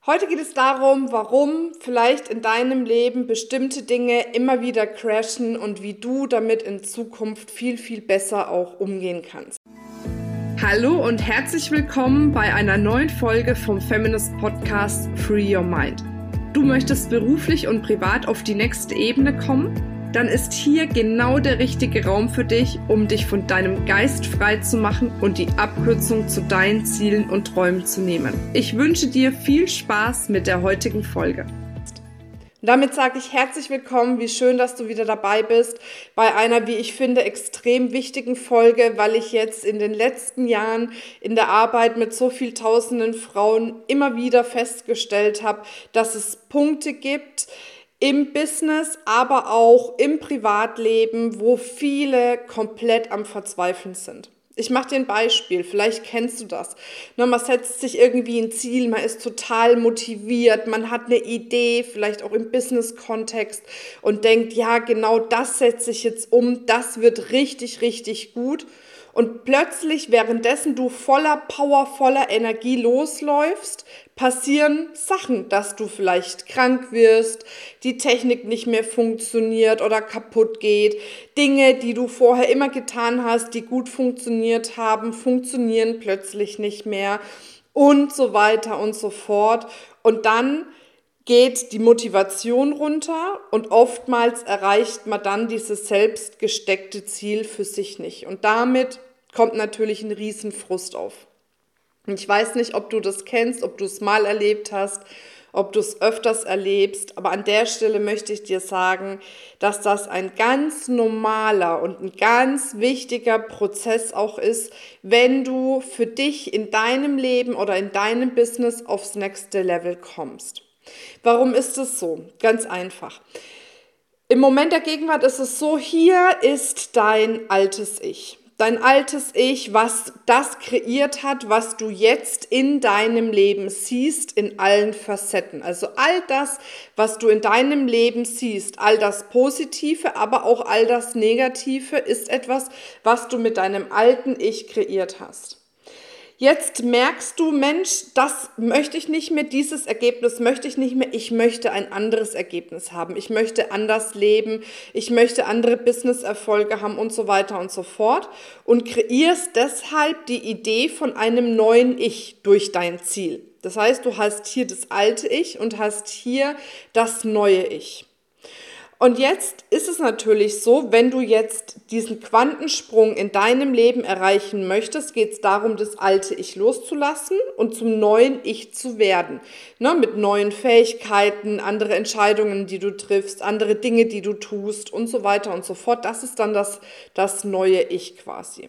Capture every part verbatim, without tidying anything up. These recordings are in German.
Heute geht es darum, warum vielleicht in deinem Leben bestimmte Dinge immer wieder crashen und wie du damit in Zukunft viel, viel besser auch umgehen kannst. Hallo und herzlich willkommen bei einer neuen Folge vom Feminist Podcast Free Your Mind. Du möchtest beruflich und privat auf die nächste Ebene kommen? Dann ist hier genau der richtige Raum für dich, um dich von deinem Geist frei zu machen und die Abkürzung zu deinen Zielen und Träumen zu nehmen. Ich wünsche dir viel Spaß mit der heutigen Folge. Und damit sage ich herzlich willkommen, wie schön, dass du wieder dabei bist bei einer, wie ich finde, extrem wichtigen Folge, weil ich jetzt in den letzten Jahren in der Arbeit mit so vielen tausenden Frauen immer wieder festgestellt habe, dass es Punkte gibt, im Business, aber auch im Privatleben, wo viele komplett am Verzweifeln sind. Ich mache dir ein Beispiel, vielleicht kennst du das. Man setzt sich irgendwie ein Ziel, man ist total motiviert, man hat eine Idee, vielleicht auch im Business-Kontext und denkt, ja, genau das setze ich jetzt um, das wird richtig, richtig gut. Und plötzlich, währenddessen du voller Power, voller Energie losläufst, passieren Sachen, dass du vielleicht krank wirst, die Technik nicht mehr funktioniert oder kaputt geht. Dinge, die du vorher immer getan hast, die gut funktioniert haben, funktionieren plötzlich nicht mehr und so weiter und so fort. Und dann geht die Motivation runter und oftmals erreicht man dann dieses selbst gesteckte Ziel für sich nicht. Und damit kommt natürlich ein Riesenfrust auf. Und ich weiß nicht, ob du das kennst, ob du es mal erlebt hast, ob du es öfters erlebst, aber an der Stelle möchte ich dir sagen, dass das ein ganz normaler und ein ganz wichtiger Prozess auch ist, wenn du für dich in deinem Leben oder in deinem Business aufs nächste Level kommst. Warum ist es so? Ganz einfach. Im Moment der Gegenwart ist es so, hier ist dein altes Ich. Dein altes Ich, was das kreiert hat, was du jetzt in deinem Leben siehst, in allen Facetten. Also all das, was du in deinem Leben siehst, all das Positive, aber auch all das Negative, ist etwas, was du mit deinem alten Ich kreiert hast. Jetzt merkst du, Mensch, das möchte ich nicht mehr, dieses Ergebnis möchte ich nicht mehr, ich möchte ein anderes Ergebnis haben, ich möchte anders leben, ich möchte andere Business-Erfolge haben und so weiter und so fort und kreierst deshalb die Idee von einem neuen Ich durch dein Ziel. Das heißt, du hast hier das alte Ich und hast hier das neue Ich. Und jetzt ist es natürlich so, wenn du jetzt diesen Quantensprung in deinem Leben erreichen möchtest, geht es darum, das alte Ich loszulassen und zum neuen Ich zu werden. Ne, mit neuen Fähigkeiten, andere Entscheidungen, die du triffst, andere Dinge, die du tust und so weiter und so fort. Das ist dann das, das neue Ich quasi.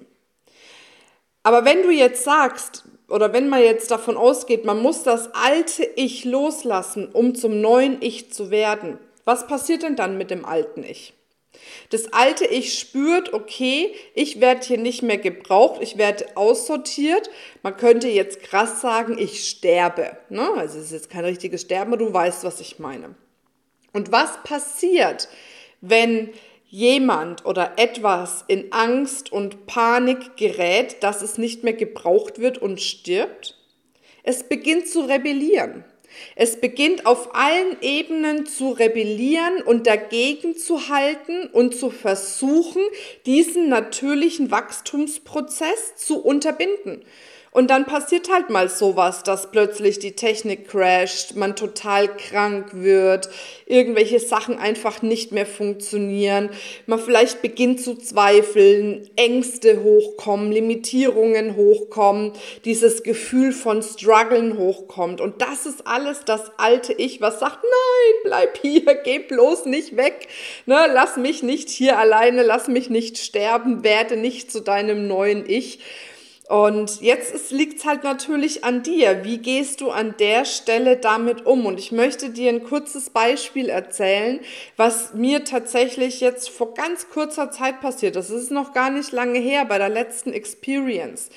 Aber wenn du jetzt sagst, oder wenn man jetzt davon ausgeht, man muss das alte Ich loslassen, um zum neuen Ich zu werden, was passiert denn dann mit dem alten Ich? Das alte Ich spürt, okay, ich werde hier nicht mehr gebraucht, ich werde aussortiert. Man könnte jetzt krass sagen, ich sterbe. Ne? Also es ist jetzt kein richtiges Sterben, aber du weißt, was ich meine. Und was passiert, wenn jemand oder etwas in Angst und Panik gerät, dass es nicht mehr gebraucht wird und stirbt? Es beginnt zu rebellieren. Es beginnt auf allen Ebenen zu rebellieren und dagegen zu halten und zu versuchen, diesen natürlichen Wachstumsprozess zu unterbinden. Und dann passiert halt mal sowas, dass plötzlich die Technik crasht, man total krank wird, irgendwelche Sachen einfach nicht mehr funktionieren, man vielleicht beginnt zu zweifeln, Ängste hochkommen, Limitierungen hochkommen, dieses Gefühl von Struggeln hochkommt. Und das ist alles das alte Ich, was sagt, nein, bleib hier, geh bloß nicht weg, ne, lass mich nicht hier alleine, lass mich nicht sterben, werde nicht zu deinem neuen Ich. Und jetzt liegt es halt natürlich an dir. Wie gehst du an der Stelle damit um? Und ich möchte dir ein kurzes Beispiel erzählen, was mir tatsächlich jetzt vor ganz kurzer Zeit passiert. Das ist noch gar nicht lange her, bei der letzten Experience.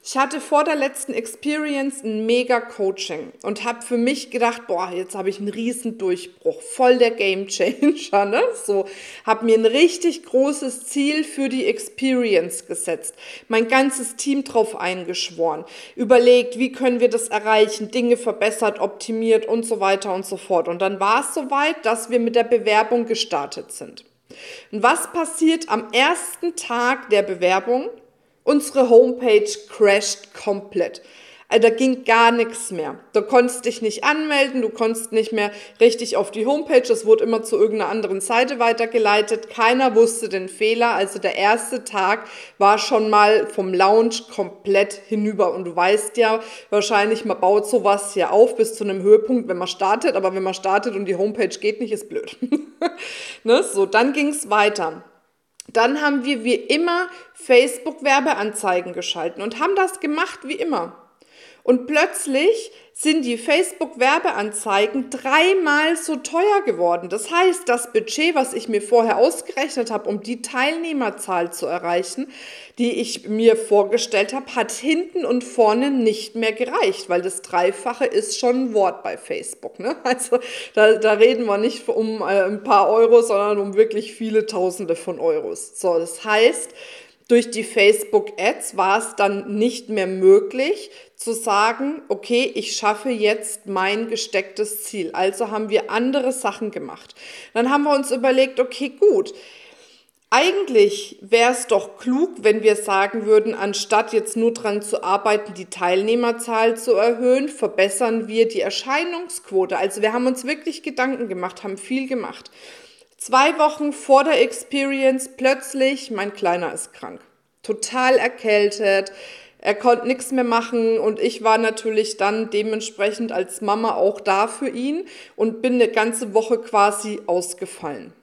Ich hatte vor der letzten Experience ein Mega-Coaching und habe für mich gedacht, boah, jetzt habe ich einen riesen Durchbruch, voll der Game-Changer, ne? So, habe mir ein richtig großes Ziel für die Experience gesetzt, mein ganzes Team drauf eingeschworen, überlegt, wie können wir das erreichen, Dinge verbessert, optimiert und so weiter und so fort. Und dann war es soweit, dass wir mit der Bewerbung gestartet sind. Und was passiert am ersten Tag der Bewerbung? Unsere Homepage crasht komplett. Also da ging gar nichts mehr. Du konntest dich nicht anmelden, du konntest nicht mehr richtig auf die Homepage. Es wurde immer zu irgendeiner anderen Seite weitergeleitet. Keiner wusste den Fehler. Also der erste Tag war schon mal vom Launch komplett hinüber. Und du weißt ja wahrscheinlich, man baut sowas hier auf bis zu einem Höhepunkt, wenn man startet. Aber wenn man startet und die Homepage geht nicht, ist blöd. Ne? So, dann ging es weiter. Dann haben wir wie immer Facebook-Werbeanzeigen geschalten und haben das gemacht wie immer. Und plötzlich sind die Facebook-Werbeanzeigen dreimal so teuer geworden. Das heißt, das Budget, was ich mir vorher ausgerechnet habe, um die Teilnehmerzahl zu erreichen, die ich mir vorgestellt habe, hat hinten und vorne nicht mehr gereicht, weil das Dreifache ist schon ein Wort bei Facebook. Ne? Also da, da reden wir nicht um äh, ein paar Euro, sondern um wirklich viele Tausende von Euros. So, das heißt, durch die Facebook-Ads war es dann nicht mehr möglich zu sagen, okay, ich schaffe jetzt mein gestecktes Ziel. Also haben wir andere Sachen gemacht. Dann haben wir uns überlegt, okay, gut, eigentlich wäre es doch klug, wenn wir sagen würden, anstatt jetzt nur dran zu arbeiten, die Teilnehmerzahl zu erhöhen, verbessern wir die Erscheinungsquote. Also wir haben uns wirklich Gedanken gemacht, haben viel gemacht. Zwei Wochen vor der Experience plötzlich, mein Kleiner ist krank, total erkältet, er konnte nichts mehr machen und ich war natürlich dann dementsprechend als Mama auch da für ihn und bin eine ganze Woche quasi ausgefallen.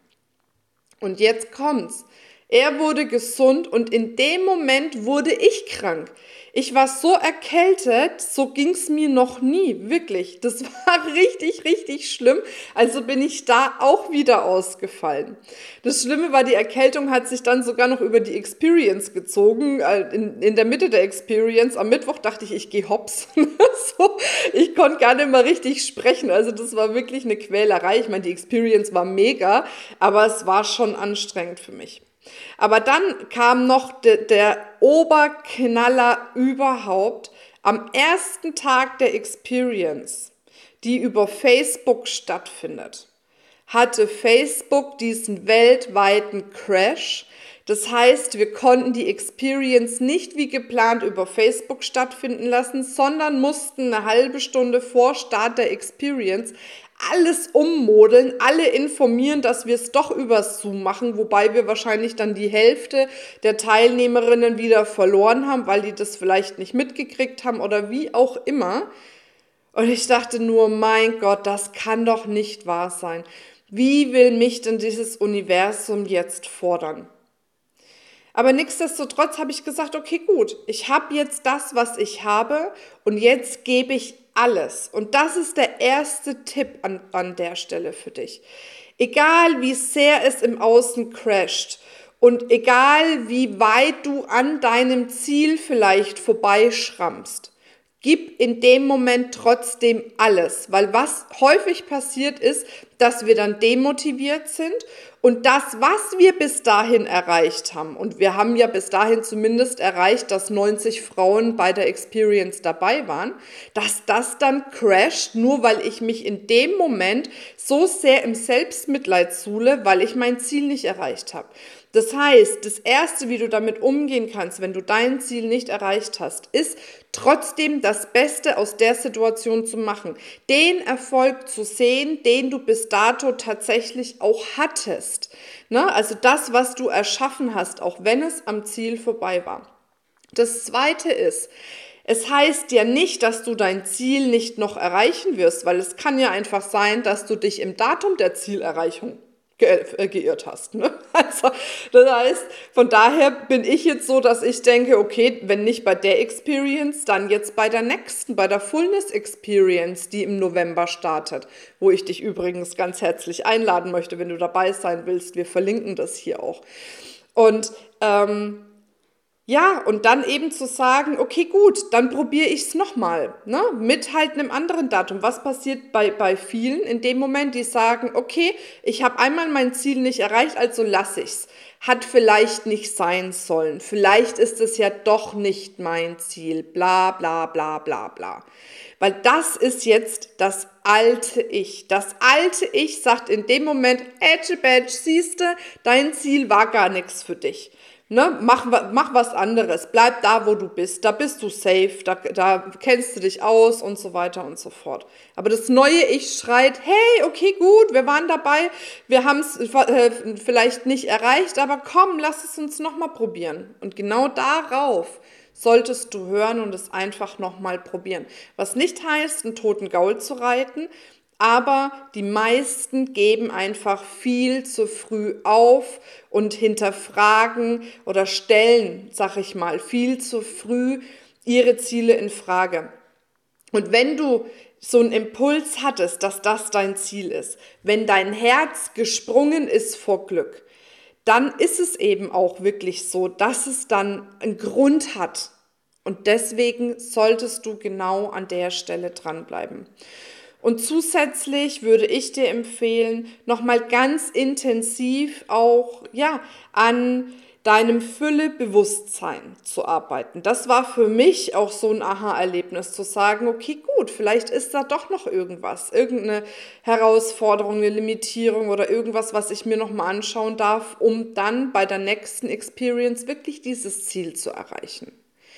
Und jetzt kommt's. Er wurde gesund und in dem Moment wurde ich krank. Ich war so erkältet, so ging's mir noch nie, wirklich. Das war richtig, richtig schlimm. Also bin ich da auch wieder ausgefallen. Das Schlimme war, die Erkältung hat sich dann sogar noch über die Experience gezogen. In, in der Mitte der Experience, am Mittwoch dachte ich, ich gehe hops. So, ich konnte gar nicht mehr richtig sprechen. Also das war wirklich eine Quälerei. Ich meine, die Experience war mega, aber es war schon anstrengend für mich. Aber dann kam noch de, der Oberknaller überhaupt. Am ersten Tag der Experience, die über Facebook stattfindet, hatte Facebook diesen weltweiten Crash. Das heißt, wir konnten die Experience nicht wie geplant über Facebook stattfinden lassen, sondern mussten eine halbe Stunde vor Start der Experience alles ummodeln, alle informieren, dass wir es doch über Zoom machen, wobei wir wahrscheinlich dann die Hälfte der Teilnehmerinnen wieder verloren haben, weil die das vielleicht nicht mitgekriegt haben oder wie auch immer. Und ich dachte nur, mein Gott, das kann doch nicht wahr sein. Wie will mich denn dieses Universum jetzt fordern? Aber nichtsdestotrotz habe ich gesagt, okay, gut, ich habe jetzt das, was ich habe und jetzt gebe ich alles. Und das ist der erste Tipp an, an der Stelle für dich. Egal wie sehr es im Außen crasht und egal wie weit du an deinem Ziel vielleicht vorbeischrammst, gib in dem Moment trotzdem alles, weil was häufig passiert ist, dass wir dann demotiviert sind und das, was wir bis dahin erreicht haben, und wir haben ja bis dahin zumindest erreicht, dass neunzig Frauen bei der Experience dabei waren, dass das dann crasht, nur weil ich mich in dem Moment so sehr im Selbstmitleid suhle, weil ich mein Ziel nicht erreicht habe. Das heißt, das Erste, wie du damit umgehen kannst, wenn du dein Ziel nicht erreicht hast, ist trotzdem das Beste aus der Situation zu machen. Den Erfolg zu sehen, den du bis dato tatsächlich auch hattest. Ne? Also das, was du erschaffen hast, auch wenn es am Ziel vorbei war. Das Zweite ist, es heißt ja nicht, dass du dein Ziel nicht noch erreichen wirst, weil es kann ja einfach sein, dass du dich im Datum der Zielerreichung geirrt hast. Ne? Also, das heißt, von daher bin ich jetzt so, dass ich denke, okay, wenn nicht bei der Experience, dann jetzt bei der nächsten, bei der Fullness Experience, die im November startet, wo ich dich übrigens ganz herzlich einladen möchte, wenn du dabei sein willst. Wir verlinken das hier auch. Und ähm, Ja, und dann eben zu sagen, okay, gut, dann probiere ich es nochmal, ne? Mit halt einem anderen Datum. Was passiert bei, bei vielen in dem Moment, die sagen, okay, ich habe einmal mein Ziel nicht erreicht, also lasse ich es. Hat vielleicht nicht sein sollen. Vielleicht ist es ja doch nicht mein Ziel. Bla, bla, bla, bla, bla. Weil das ist jetzt das alte Ich. Das alte Ich sagt in dem Moment, Ätschebätsch, siehste, dein Ziel war gar nichts für dich. Ne? Mach, mach was anderes, bleib da, wo du bist, da bist du safe, da, da kennst du dich aus und so weiter und so fort. Aber das neue Ich schreit, hey, okay, gut, wir waren dabei, wir haben es äh, vielleicht nicht erreicht, aber komm, lass es uns nochmal probieren. Und genau darauf solltest du hören und es einfach nochmal probieren. Was nicht heißt, einen toten Gaul zu reiten, aber die meisten geben einfach viel zu früh auf und hinterfragen oder stellen, sag ich mal, viel zu früh ihre Ziele in Frage. Und wenn du so einen Impuls hattest, dass das dein Ziel ist, wenn dein Herz gesprungen ist vor Glück, dann ist es eben auch wirklich so, dass es dann einen Grund hat. Und deswegen solltest du genau an der Stelle dranbleiben. Und zusätzlich würde ich dir empfehlen, nochmal ganz intensiv auch ja, an deinem Fülle-Bewusstsein zu arbeiten. Das war für mich auch so ein Aha-Erlebnis, zu sagen, okay, gut, vielleicht ist da doch noch irgendwas, irgendeine Herausforderung, eine Limitierung oder irgendwas, was ich mir nochmal anschauen darf, um dann bei der nächsten Experience wirklich dieses Ziel zu erreichen.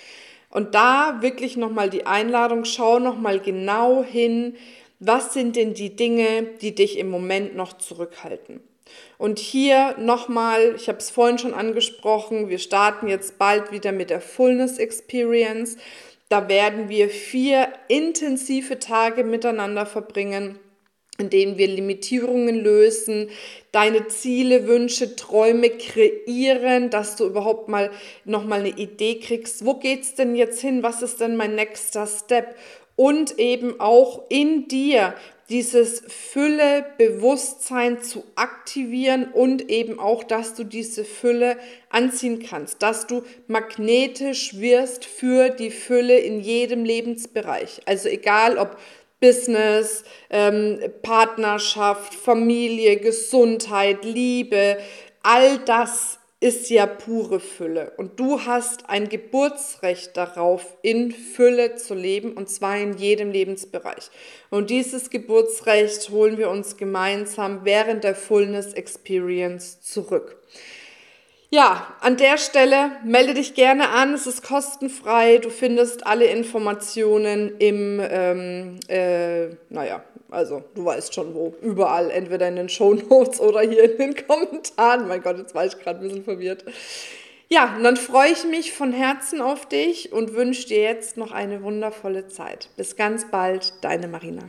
Und da wirklich nochmal die Einladung, schau nochmal genau hin, was sind denn die Dinge, die dich im Moment noch zurückhalten? Und hier nochmal, ich habe es vorhin schon angesprochen, wir starten jetzt bald wieder mit der Fullness Experience. Da werden wir vier intensive Tage miteinander verbringen, in denen wir Limitierungen lösen, deine Ziele, Wünsche, Träume kreieren, dass du überhaupt mal nochmal eine Idee kriegst, wo geht's denn jetzt hin, was ist denn mein nächster Step? Und eben auch in dir dieses Fülle-Bewusstsein zu aktivieren und eben auch, dass du diese Fülle anziehen kannst, dass du magnetisch wirst für die Fülle in jedem Lebensbereich. Also egal ob Business, ähm, Partnerschaft, Familie, Gesundheit, Liebe, all das ist ja pure Fülle. Und du hast ein Geburtsrecht darauf, in Fülle zu leben, und zwar in jedem Lebensbereich. Und dieses Geburtsrecht holen wir uns gemeinsam während der Fullness Experience zurück. Ja, an der Stelle melde dich gerne an, es ist kostenfrei, du findest alle Informationen im, ähm, äh, naja, also du weißt schon wo, überall, entweder in den Shownotes oder hier in den Kommentaren. Mein Gott, jetzt war ich gerade ein bisschen verwirrt. Ja, und dann freue ich mich von Herzen auf dich und wünsche dir jetzt noch eine wundervolle Zeit. Bis ganz bald, deine Marina.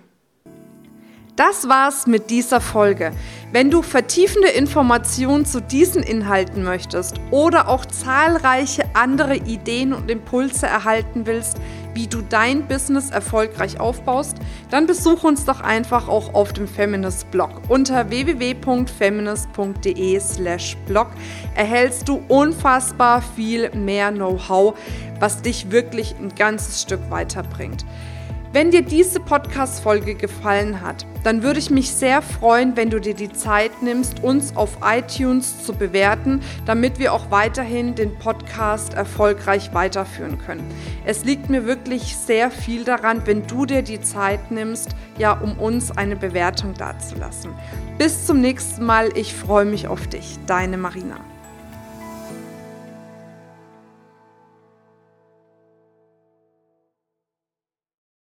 Das war's mit dieser Folge. Wenn du vertiefende Informationen zu diesen Inhalten möchtest oder auch zahlreiche andere Ideen und Impulse erhalten willst, wie du dein Business erfolgreich aufbaust, dann besuch uns doch einfach auch auf dem Feminist-Blog. Unter w w w punkt feminist punkt d e slash blog erhältst du unfassbar viel mehr Know-how, was dich wirklich ein ganzes Stück weiterbringt. Wenn dir diese Podcast-Folge gefallen hat, dann würde ich mich sehr freuen, wenn du dir die Zeit nimmst, uns auf iTunes zu bewerten, damit wir auch weiterhin den Podcast erfolgreich weiterführen können. Es liegt mir wirklich sehr viel daran, wenn du dir die Zeit nimmst, ja, um uns eine Bewertung dazulassen. Bis zum nächsten Mal, ich freue mich auf dich, deine Marina.